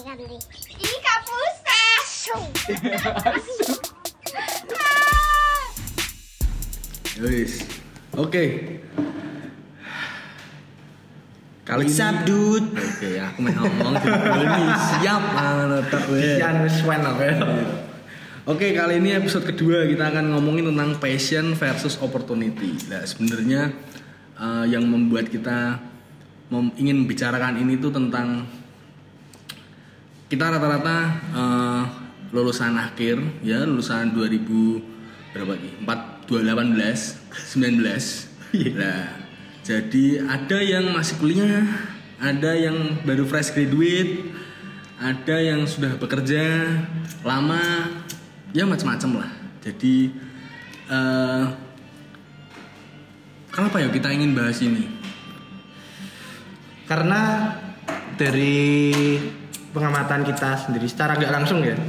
Ih, kapusa. Wis. Oke. Kali ini Sabdut. Oke, aku mau ngomong ini siap tek weh. Yang swen apa? Oke, kali ini episode kedua kita akan ngomongin tentang passion versus opportunity. Nah, sebenarnya yang membuat kita ingin membicarakan ini tuh tentang kita rata-rata lulusan akhir ya, lulusan 2000 berapa lagi? 2018, 19. Nah, jadi ada yang masih kuliah, ada yang baru fresh graduate, ada yang sudah bekerja lama, ya macam-macam lah. Jadi kenapa ya kita ingin bahas ini? Karena dari pengamatan kita sendiri secara nggak langsung ya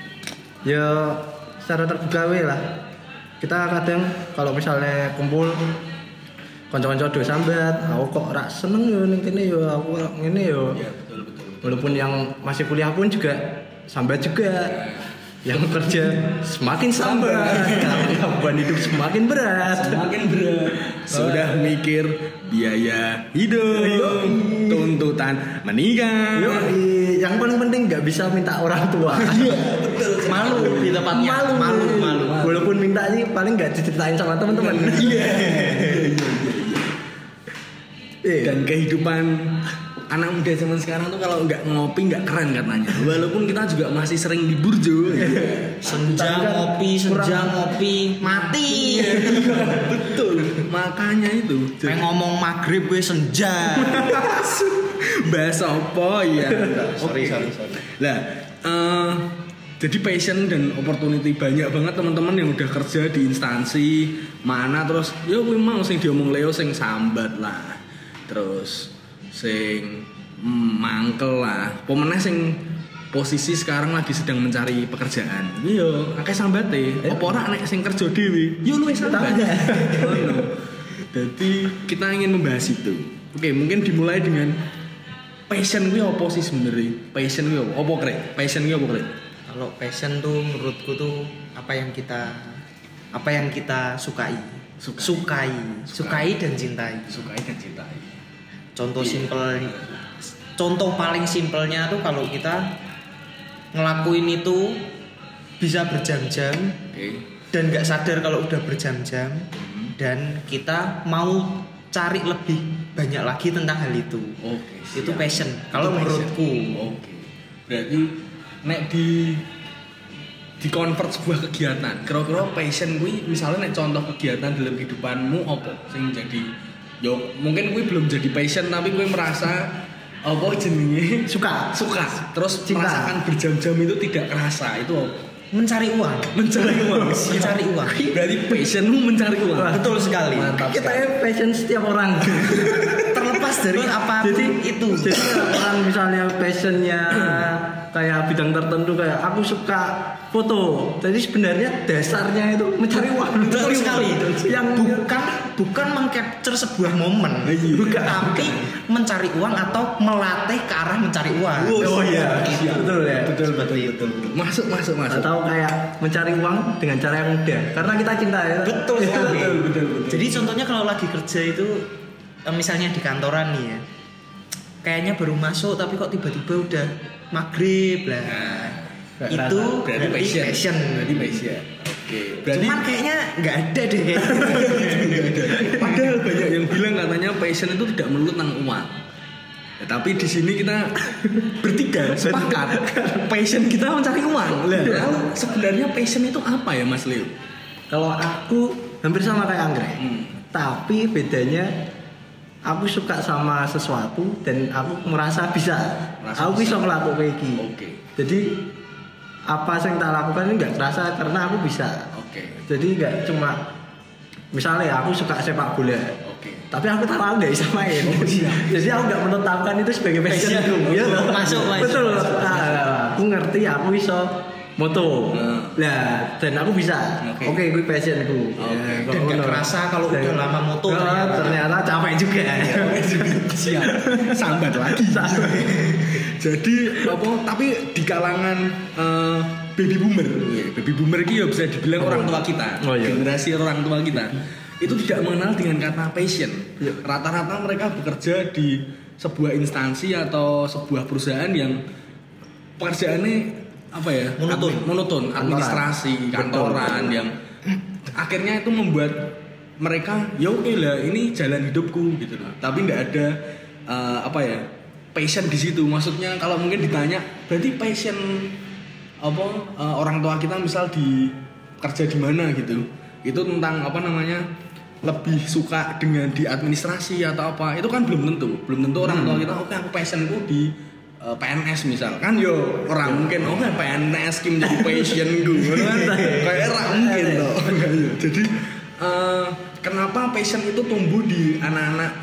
secara terbuka lah. Kita kadang kalau misalnya kumpul kanca-kanca do sambat, aku kok ora seneng yo ning kene yo, aku ngene yo. Ya, betul. Walaupun yang masih kuliah pun juga sambat juga. Yang kerja semakin sambat, beban hidup semakin berat. Sudah mikir biaya hidup, tuntutan menikah. Yang paling penting nggak bisa minta orang tua. Betul. Malu di tempatnya. Malu. Walaupun minta ini paling nggak diceritain sama teman-teman. Dan kehidupan anak muda zaman sekarang tuh kalau nggak ngopi nggak keren katanya. Walaupun kita juga masih sering libur Jo. Senja ngopi, mati. Betul. Makanya itu. Pengen ngomong maghrib gue senja. Bahasa apa ya? Sorry. Lah, jadi passion dan opportunity banyak banget teman-teman yang udah kerja di instansi mana terus ya kuwi mau sing diomong Leo sing sambat lah. Terus sing mangkel lah. Pemenang sing posisi sekarang lagi sedang mencari pekerjaan. Iya, akeh sambate. Apa ora nek sing kerja dhewe? Yo luwih sambat. Jadi kita ingin membahas itu. Oke, mungkin dimulai dengan passion kuwi apa sih sebenarnya? Passion kuwi apa krek? Passion kuwi apa krek? Kalau passion tuh menurutku tuh apa yang kita sukai dan cintai. Contoh paling simpelnya tuh kalau kita ngelakuin itu bisa berjam-jam, dan nggak sadar kalau udah berjam-jam, dan kita mau cari lebih banyak lagi tentang hal itu. Itu passion. Kalau menurutku. Berarti nek di convert sebuah kegiatan. Kira-kira passion kuwi misalnya nek contoh kegiatan dalam kehidupanmu apa sing jadi yo mungkin kuwi belum jadi passion tapi kuwi merasa apa jenenge suka terus cinta. Merasakan berjam-jam itu tidak kerasa itu apa? Mencari uang. Berarti passionmu mencari uang. Betul sekali. Mantap. Kita passion setiap orang. Terlepas dari apa itu. Jadi orang misalnya passionnya kayak bidang tertentu kayak aku suka foto. Jadi sebenarnya dasarnya itu mencari uang. Betul sekali. Yang bukan mengcapture sebuah momen, tapi mencari uang atau melatih ke arah mencari uang. Oh iya. Betul ya. Betul. Masuk. Atau kayak mencari uang dengan cara yang mudah karena kita cinta ya. Betul sekali. Betul. Jadi contohnya kalau lagi kerja itu misalnya di kantoran nih ya, kayaknya baru masuk tapi kok tiba-tiba udah maghrib lah. Itu berarti passion. Oke. Berarti cuman kayaknya nggak ada deh. Padahal banyak yang bilang katanya passion itu tidak melulu tentang uang. Ya, tapi di sini kita bertiga sepakat passion kita mencari uang. Lalu sebenarnya passion itu apa ya Mas Leo? Kalau aku hampir sama kayak Anggrek. Tapi bedanya aku suka sama sesuatu dan aku merasa bisa. Aku bisa ngelakuin kayak gini. Jadi apa yang tak lakukan ini nggak terasa karena aku bisa. Jadi nggak cuma misalnya aku suka sepak bola. Tapi aku tahu nggak bisa main. Jadi aku nggak menetapkan itu sebagai passionku. Ya, masuk. Betul. Aku ngerti aku bisa moto. Nah, dan aku bisa. Oke, gue passionku. Dan nggak kerasa kalau udah lama moto ternyata capek juga. Siap. Sambat lagi. Jadi tapi di kalangan baby boomer ini ya bisa dibilang orang tua kita, generasi orang tua kita itu tidak mengenal dengan kata passion. Rata-rata mereka bekerja di sebuah instansi atau sebuah perusahaan yang pekerjaannya apa ya, monoton, administrasi, kantoran yang akhirnya itu membuat mereka ya oke lah ini jalan hidupku gitu loh. Tapi nggak ada passion di situ. Maksudnya kalau mungkin ditanya berarti passion orang tua kita misal di kerja di mana gitu, itu tentang lebih suka dengan di administrasi atau apa, itu kan belum tentu orang tua kita oke aku passionku di PNS misal kan yo orang mungkin PNS ki menjadi passionku kan kayak orang mungkin toh. Jadi kenapa passion itu tumbuh di anak-anak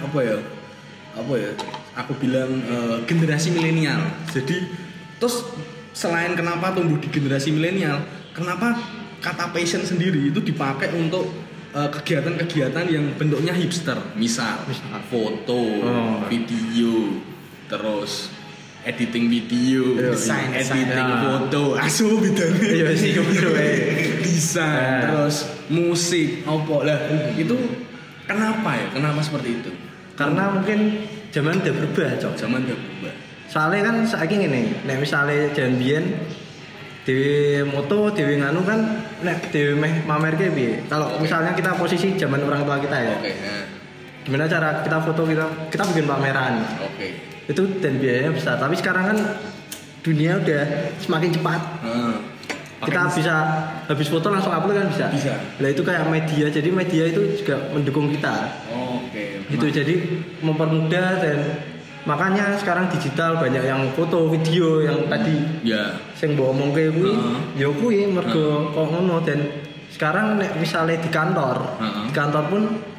aku bilang generasi milenial. Jadi terus selain kenapa tumbuh di generasi milenial, kenapa kata passion sendiri itu dipakai untuk kegiatan-kegiatan yang bentuknya hipster, misal foto, video, terus editing video, desain, editing foto, asu bidane, desain, terus musik, itu kenapa ya? Kenapa seperti itu? Karena mungkin zaman udah berubah, Zaman udah berubah. Soalnya kan saking ini, nek misalnya jangan biyen dewe moto, dewe nganu kan nek dewe meh mamerke piye. Kalau misalnya kita posisi zaman orang tua kita ya. Gimana cara kita foto, kita bikin pameran. Itu dan biayanya besar. Tapi sekarang kan dunia udah semakin cepat. Kita bisa habis foto langsung upload kan bisa. Lah itu kayak media. Jadi media itu juga mendukung kita. Gitu jadi mempermudah dan makanya sekarang digital banyak yang foto, video yang tadi sing mbok omongke kuwi ya kuwi mergo kok ngono. Dan sekarang nek misalnya di kantor pun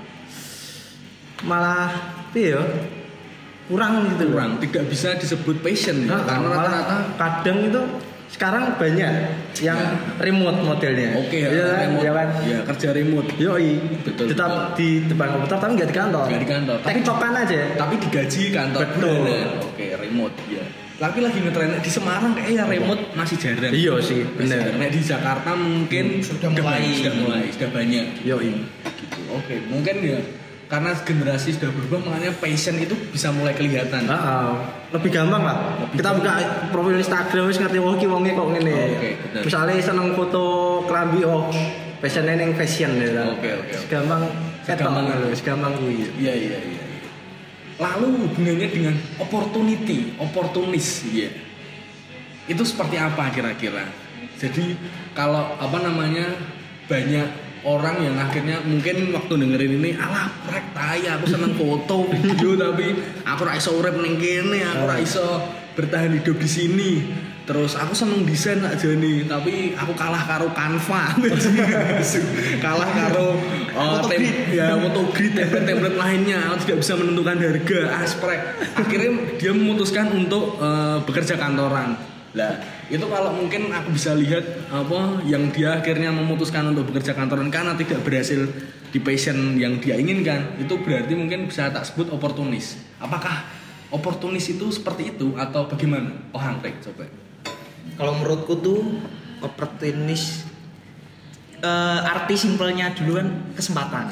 malah piye ya kurang gitu loh. Tidak bisa disebut passion ya. Karena rata-rata kadang itu sekarang banyak yang remote modelnya. Remote. Ya kan? Ya, kerja remote. Yoi. Betul. Tetap di depan komputer tapi nggak di kantor. Tapi topan aja. Tapi digaji kantor. Betul. Remote ya. Tapi lagi ngetren di Semarang kayaknya remote masih jarang. Iya sih, benar. Nek di Jakarta mungkin sudah banyak. Yoi. Gitu. Mungkin ya karena generasi sudah berubah makanya passion itu bisa mulai kelihatan. Lebih gampang lah. Kita buka profil Instagram wis ngerti wonge kok ngene. Misalnya seneng foto klambi passionnya ning fashion ya. Segampang kuwi. Iya. Lalu hubungannya dengan oportunis ya. Itu seperti apa kira-kira? Jadi kalau banyak orang yang akhirnya mungkin waktu dengerin ini alah prek tai aku seneng foto video tapi aku ora iso urip ning kene, aku ora iso bertahan hidup di sini. Terus aku seneng desain aja nih, tapi aku kalah karo Canva. Kalah karo Photogrid, template lainnya, aku tidak bisa menentukan harga, asprek. Akhirnya dia memutuskan untuk bekerja kantoran. Lah, itu kalau mungkin aku bisa lihat yang dia akhirnya memutuskan untuk bekerja kantoran karena tidak berhasil di passion yang dia inginkan, itu berarti mungkin bisa tak sebut oportunis. Apakah oportunis itu seperti itu atau bagaimana? Anggrek coba. Kalau menurutku tuh oportunis arti simpelnya dulu kan kesempatan.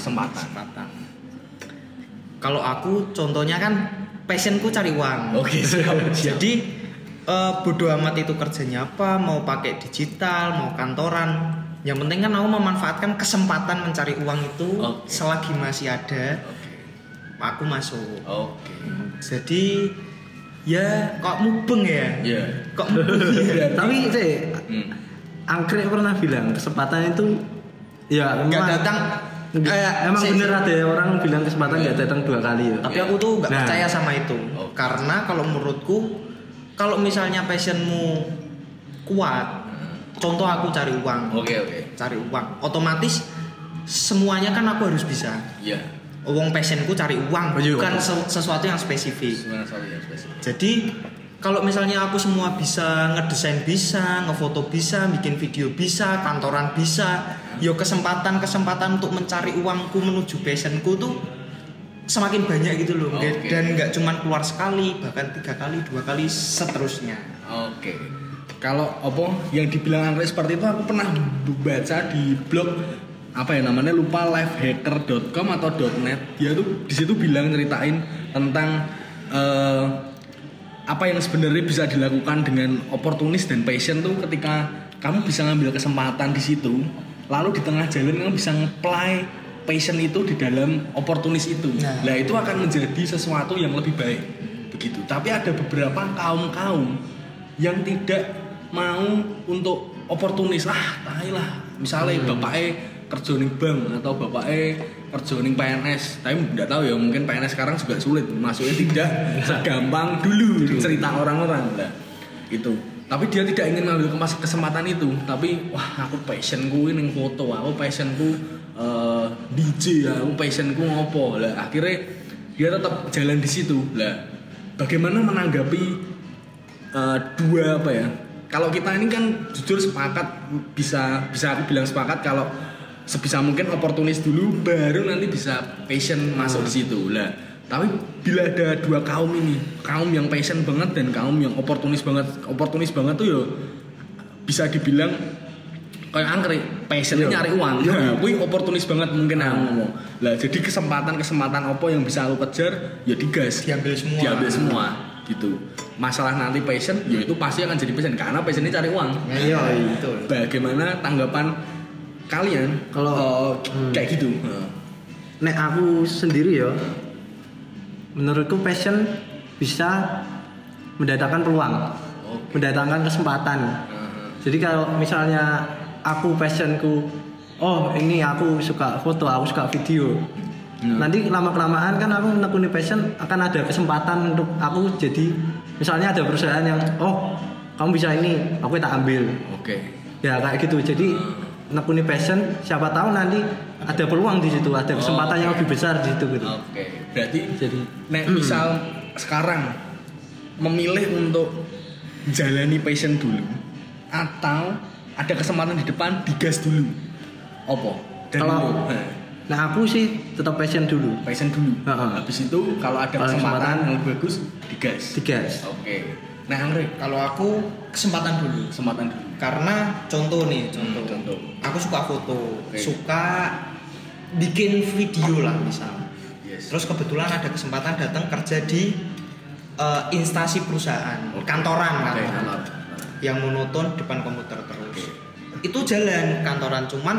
Kalau aku contohnya kan passionku cari uang. Siap. Jadi bodo amat itu kerjanya apa, mau pakai digital, mau kantoran, yang penting kan aku memanfaatkan kesempatan mencari uang itu selagi masih ada, aku masuk. Jadi ya kok mubeng ya? Kok mubeng? Tapi Anggrek pernah bilang kesempatan itu ya nggak datang. Emang bener ada orang bilang kesempatan nggak datang 2 kali ya. Tapi aku tuh nggak percaya sama itu, karena kalau menurutku kalau misalnya passionmu kuat, contoh aku cari uang. Cari uang, otomatis semuanya kan aku harus bisa. Wong passionku cari uang, bukan sesuatu yang spesifik. Jadi kalau misalnya aku semua bisa, ngedesain bisa, ngefoto bisa, bikin video bisa, kantoran bisa, yo kesempatan untuk mencari uangku menuju passionku tuh semakin banyak gitu loh. Dan nggak cuma keluar sekali, bahkan 3 kali, 2 kali, seterusnya. Kalau yang dibilang Andre seperti itu, aku pernah baca di blog apa ya namanya, lupa, lifehacker.com atau .net. Dia tuh di situ bilang, ceritain tentang apa yang sebenarnya bisa dilakukan dengan oportunis dan passion tuh ketika kamu bisa ngambil kesempatan di situ, lalu di tengah jalan kamu bisa nge-apply passion itu di dalam oportunis itu. Nah, itu akan menjadi sesuatu yang lebih baik. Begitu. Tapi ada beberapa kaum yang tidak mau untuk oportunis. Tai lah. Misalnya bapaknya kerja ning bank atau bapaknya kerja ning PNS. Tapi enggak tahu ya, mungkin PNS sekarang juga sulit. Masuknya tidak segampang dulu cerita orang-orang. Nah, itu. Tapi dia tidak ingin mengambil kesempatan itu. Tapi aku passionku ning foto, aku passionku DJ, aku passionku ngopo. Lah akhirnya dia tetap jalan di situ. Lah bagaimana menanggapi dua apa ya? Kalau kita ini kan jujur sepakat, bisa aku bilang sepakat kalau sebisa mungkin oportunis dulu, baru nanti bisa passion masuk di situ. Lah tapi bila ada dua kaum ini, kaum yang passion banget dan kaum yang oportunis banget tuh ya bisa dibilang kayak angkrik, passionnya nyari uang. Nah, kuwi oportunis banget mungkin aku ngomong. Lah jadi kesempatan apa yang bisa aku kejar, ya digas, diambil semua gitu. Masalah nanti passion, ya itu pasti akan jadi passion karena passionnya cari uang. Iya, itu. Bagaimana tanggapan kalian kalau kayak gitu? Nek aku sendiri ya, menurutku passion bisa mendatangkan peluang, mendatangkan kesempatan. Jadi kalau misalnya aku passionku, ini aku suka foto, aku suka video. Nanti lama-kelamaan kan aku menekuni passion, akan ada kesempatan untuk aku jadi, misalnya ada perusahaan yang kamu bisa ini, aku tak ambil. Ya kayak gitu. Jadi menekuni passion, siapa tahu nanti ada peluang di situ, ada kesempatan yang lebih besar di situ gitu. Berarti jadi misal sekarang memilih untuk jalani passion dulu atau ada kesempatan di depan, digas dulu. Aku sih tetap passion dulu. Habis itu kalau ada kesempatan yang bagus, digas. Nah, Andre, kalau aku kesempatan dulu. Karena contoh. Aku suka foto, suka bikin video lah misal. Terus kebetulan ada kesempatan datang kerja di instansi perusahaan, kantoran. Yang monoton depan komputer terus. Itu jalan kantoran, cuman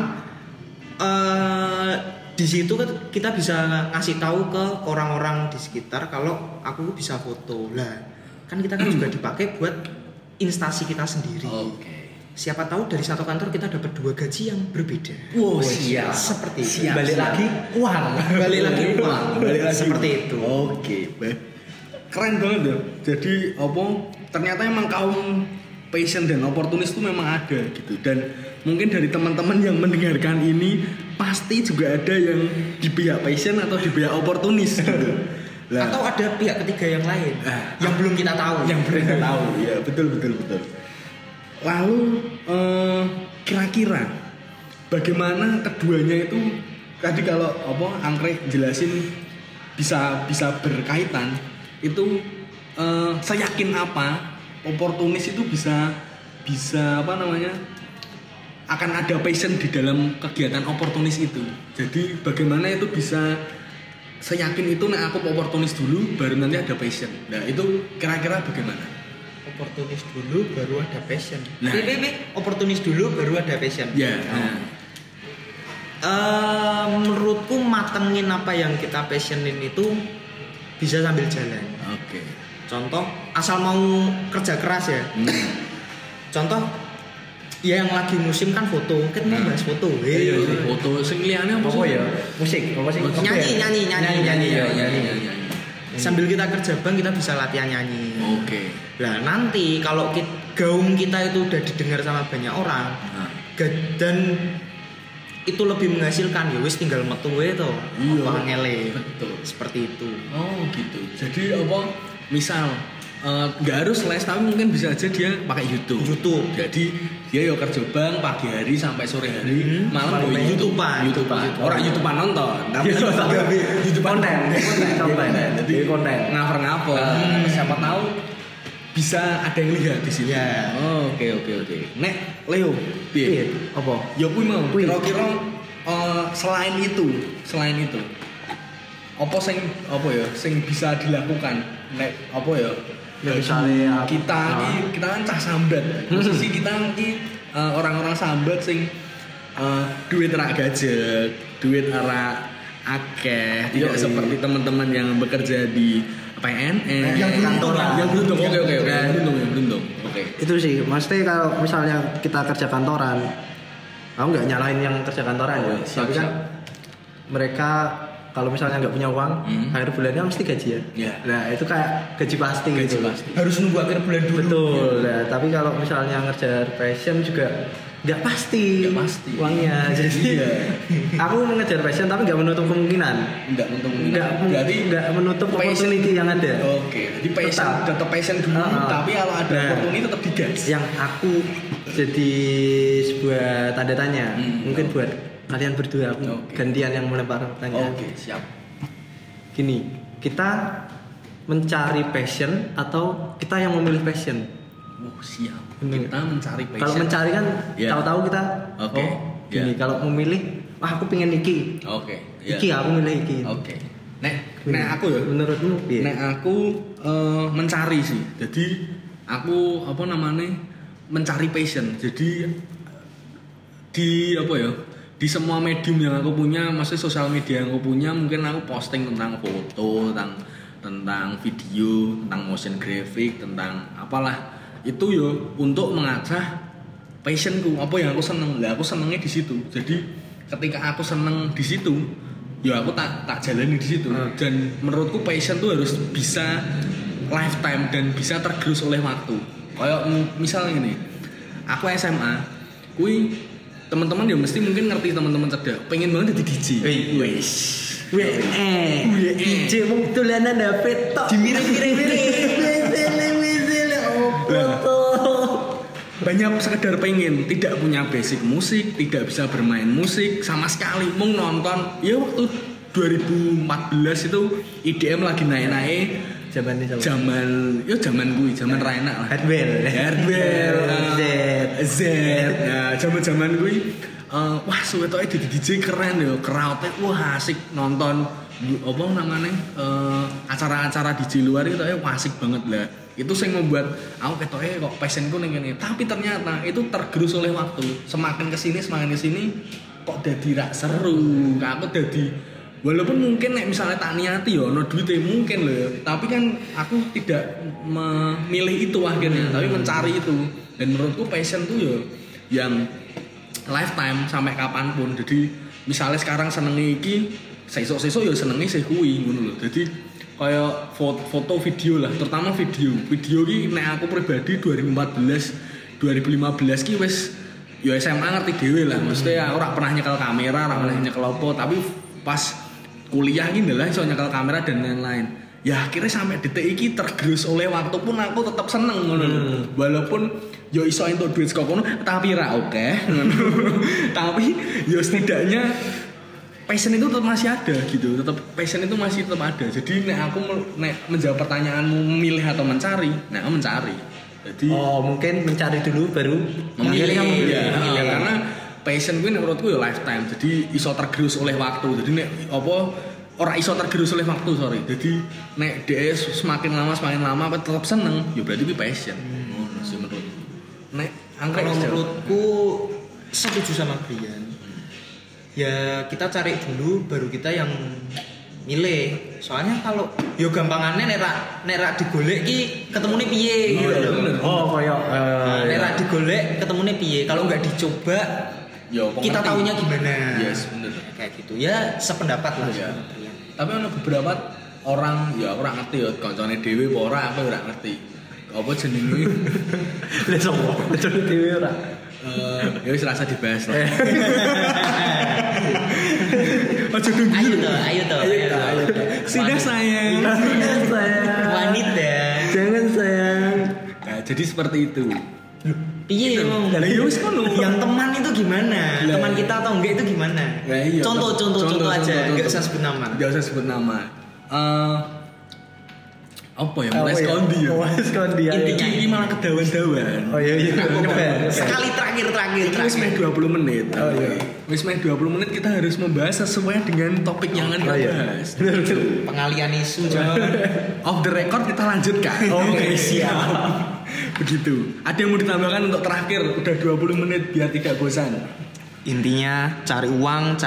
di situ kita bisa ngasih tahu ke orang-orang di sekitar kalau aku bisa foto. Lah, kan kita kan juga dipakai buat instansi kita sendiri. Siapa tahu dari satu kantor kita dapat 2 gaji yang berbeda. Siap. Seperti itu. Balik lagi uang. Seperti itu. Keren banget ya. Jadi ternyata emang kaum passion dan oportunis itu memang ada gitu. Dan mungkin dari teman-teman yang mendengarkan ini pasti juga ada yang di pihak passion atau di pihak oportunis gitu. Atau ada pihak ketiga yang lain yang belum kita tahu. Ya, betul. Lalu kira-kira bagaimana keduanya itu tadi kalau Angkre jelasin bisa berkaitan itu, saya yakin apa oportunis itu bisa akan ada passion di dalam kegiatan oportunis itu. Jadi bagaimana itu bisa, saya yakin itu aku oportunis dulu baru nanti ada passion. Nah itu kira-kira bagaimana? Oportunis dulu baru ada passion. Oportunis dulu baru ada passion. Menurutku matengin apa yang kita passionin itu bisa sambil jalan. Contoh, asal mau kerja keras ya. Contoh, yang lagi musim kan foto, kita mau bahas foto. Foto, sing liyane apa ya? Musik. Nyanyi. Sambil kita kerja bank kita bisa latihan nyanyi. Nah nanti kalau gaung kita itu udah didengar sama banyak orang, dan itu lebih menghasilkan, ya wis tinggal metu itu. Ngele. Betul. Seperti itu. Gitu. Jadi misal nggak harus les, tapi mungkin bisa aja dia pakai YouTube. Jadi dia yo kerja bang pagi hari sampai sore hari, malam yo YouTubean. Orang YouTubean nonton, tapi YouTubean konten. Jadi konten ngafar-ngafar. Siapa tahu bisa ada yang lihat di sini. Oke. Nek Leo, piye? Apa? Ya kuwi mau. Kira-kira selain itu apa sing bisa dilakukan nek apa ya misalnya kita kan cah sambat posisi kita iki orang-orang sambat sing duit rak gajek duit rak akeh tidak seperti teman-teman yang bekerja di PNS yang beruntung beruntung itu sih maksudnya kalau misalnya kita kerja kantoran aku nggak nyalahin yang kerja kantoran tapi kan mereka kalau misalnya nggak punya uang, akhir bulannya mesti gajian. Nah itu kayak gaji pasti gitu. Harus nunggu akhir bulan dulu. Betul. Nah, tapi kalau misalnya ngerjain passion juga nggak pasti uangnya. Jadi aku mengejar passion tapi nggak menutup kemungkinan. Nggak menutup opportunity yang ada. Oke. Jadi passion tetap passion dulu. Tapi kalau ada opportunity tetap digas. Yang aku jadi sebuah tanda tanya. Mungkin buat kalian berdua gantian yang melempar pertanyaan. Siap. Gini, kita mencari passion atau kita yang memilih passion? Siap. Kita mencari passion. Kalau mencari kan tahu-tahu kita gini, kalau memilih aku pengen iki. Iki aku milih iki. Nek aku ya menurutmu piye? Nek aku mencari sih. Jadi aku mencari passion. Jadi di semua medium yang aku punya, maksudnya sosial media yang aku punya, mungkin aku posting tentang foto, tentang video, tentang motion graphic, tentang apalah itu yo untuk mengasah passionku, apa yang aku seneng. Lah aku senengnya di situ. Jadi ketika aku seneng di situ, ya aku tak jalani di situ. Dan menurutku passion tuh harus bisa lifetime dan bisa tergerus oleh waktu. Kayak misalnya ini, aku SMA, teman-teman ya mesti mungkin ngerti teman-teman cerdas pengen banget jadi DJ. DJ mung dolanan HP tok. Banyak sekedar pengen tidak punya basic musik, tidak bisa bermain musik sama sekali, mau nonton. Ya waktu 2014 itu IDM lagi naik-naik. Zaman Raina lah. Hardware Z. Ya, zaman gue wah suwetoke di DJ keren yo, crowd-e wah asik nonton acara-acara DJ luar itu asik banget lah. Itu yang membuat aku ketoke kok passionku ning kene. Tapi ternyata itu tergerus oleh waktu. Semakin kesini kok dadi rak seru. Aku dadi walaupun mungkin misalnya tak niati ya ono duitnya mungkin loh, tapi kan aku tidak memilih itu akhirnya, tapi mencari itu. Dan menurutku passion tuh ya yang lifetime sampai kapanpun. Jadi misalnya sekarang senengi iki, sesuk ya senengi sih kuwi ngono lho. Jadi kayak foto video lah, terutama video ki nek aku pribadi 2014 2015 ki wis ya SMA ngerti dhewe lah. Maksudnya aku ora pernah nyekel kamera, ora pernah nyekel opo, tapi pas kuliah gini lah iso nyekel kamera dan lain-lain. Ya akhirnya sampai detik iki tergerus oleh waktu pun aku tetap seneng ngono. Walaupun yo iso entuk duit saka kono tapi ra oke ngono. Tapi yo setidaknya passion itu tetap masih ada gitu. Passion itu masih tetap ada. Jadi aku menjawab pertanyaanmu memilih atau mencari, aku mencari. Jadi mungkin mencari dulu baru memilih. Ya karena passion gue menurutku ya lifetime. Jadi iso tergerus oleh waktu. Jadi ora iso tergerus oleh waktu, sorry. Jadi nek DS semakin lama apa tetap seneng, ya berarti gue passion. Ngono sih menurutku. Nek anggrek menurutku setuju sama Brian. Ya kita cari dulu baru kita yang milih. Soalnya kalau yo gampangannya nek rak digolek ki ketemune piye gitu lho. Nek rak digolek ketemune piye? Kalau enggak dicoba kita taunya gimana? Yes, bener. Kayak gitu. Ya sependapat lah. Ya. Tapi ada beberapa orang ya ora ngerti ya kancane dhewe apa ora, aku ora ngerti. Apa jenenge? Lah sopo? Kancane dhewe ora. Ya wis rasa dibahas lah. Ayo toh. Sudah sayang. Wanita. Jangan sayang. Nah, jadi seperti itu. Piye emang? Lah ya wis kono. Yang teman itu gimana? Lah. Teman kita atau enggak itu gimana? Lah iya. Contoh aja, enggak usah sebut nama. Enggak usah sebut nama. Apa ya? Mulai skondi ya. Skondi ya. Intinya ini malah kedawan-dawan. Oh iya. Sekali terakhir. Wis meh 20 menit. Oh iya. Wis meh 20 menit kita harus membahas sesuai dengan topik yang akan kita bahas. Pengalian isu. Off the record kita lanjutkan. Oke, siap. Begitu. Ada yang mau ditambahkan untuk terakhir? Udah 20 menit biar tidak bosan. Intinya cari uang.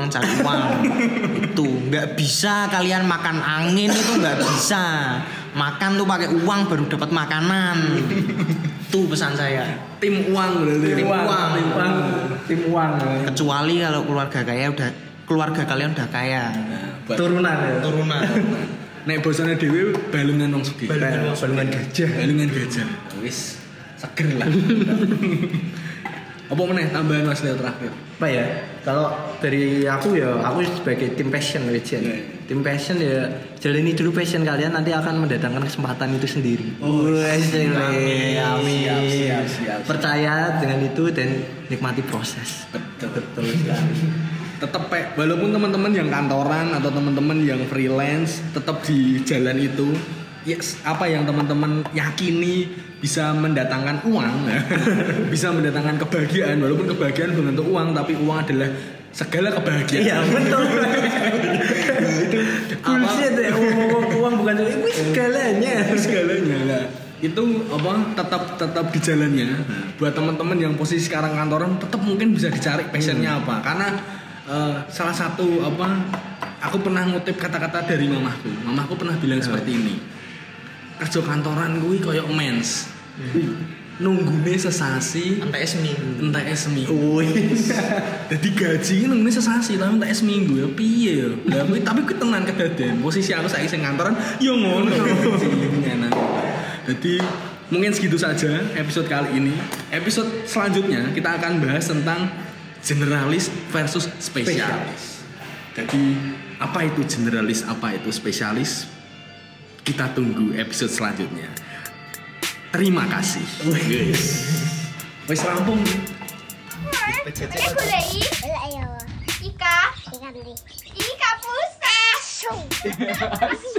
Itu nggak bisa kalian makan angin, itu nggak bisa. Makan tuh pakai uang baru dapat makanan. Itu pesan saya. Tim uang berarti. Tim uang. Kecuali kalau keluarga kalian udah kaya. Turunan ya. Nek bosone dhewe balungan wong sugih. Balungan gajah. Wis seger lah. Apa meneh tambahan Mas Leo terakhir? Apa ya? Kalau dari aku ya, aku sebagai tim passion legend. Tim passion ya, jalani dulu passion kalian, nanti akan mendatangkan kesempatan itu sendiri. Amin. Siap. Percaya dengan itu dan nikmati proses. Betul sekali. Tetap walaupun teman-teman yang kantoran atau teman-teman yang freelance tetap di jalan itu, yes, apa yang teman-teman yakini bisa mendatangkan uang, bisa mendatangkan kebahagiaan, walaupun kebahagiaan berbentuk uang, tapi uang adalah segala kebahagiaan. Iya betul. Itu bullshit ya. Uang bukan itu segalanya lah. Itu tetap di jalannya. Buat teman-teman yang posisi sekarang kantoran, tetap mungkin bisa dicari passionnya apa, karena salah satu aku pernah ngutip kata-kata dari mamaku pernah bilang seperti ini, kerja kantoran gue koyok mens, nunggune sesasi entek seminggu. Jadi gaji nunggune sesasi tapi entek seminggu ya piye ya. Lah tapi kuwi tenan kedaden. Posisi aku saiki sing kantoran yo ngono. Jadi mungkin segitu saja episode kali ini. Episode selanjutnya kita akan bahas tentang generalis versus spesialis. Jadi apa itu generalis, apa itu spesialis? Kita tunggu episode selanjutnya. Terima kasih. Wis rampung. Ika pusat.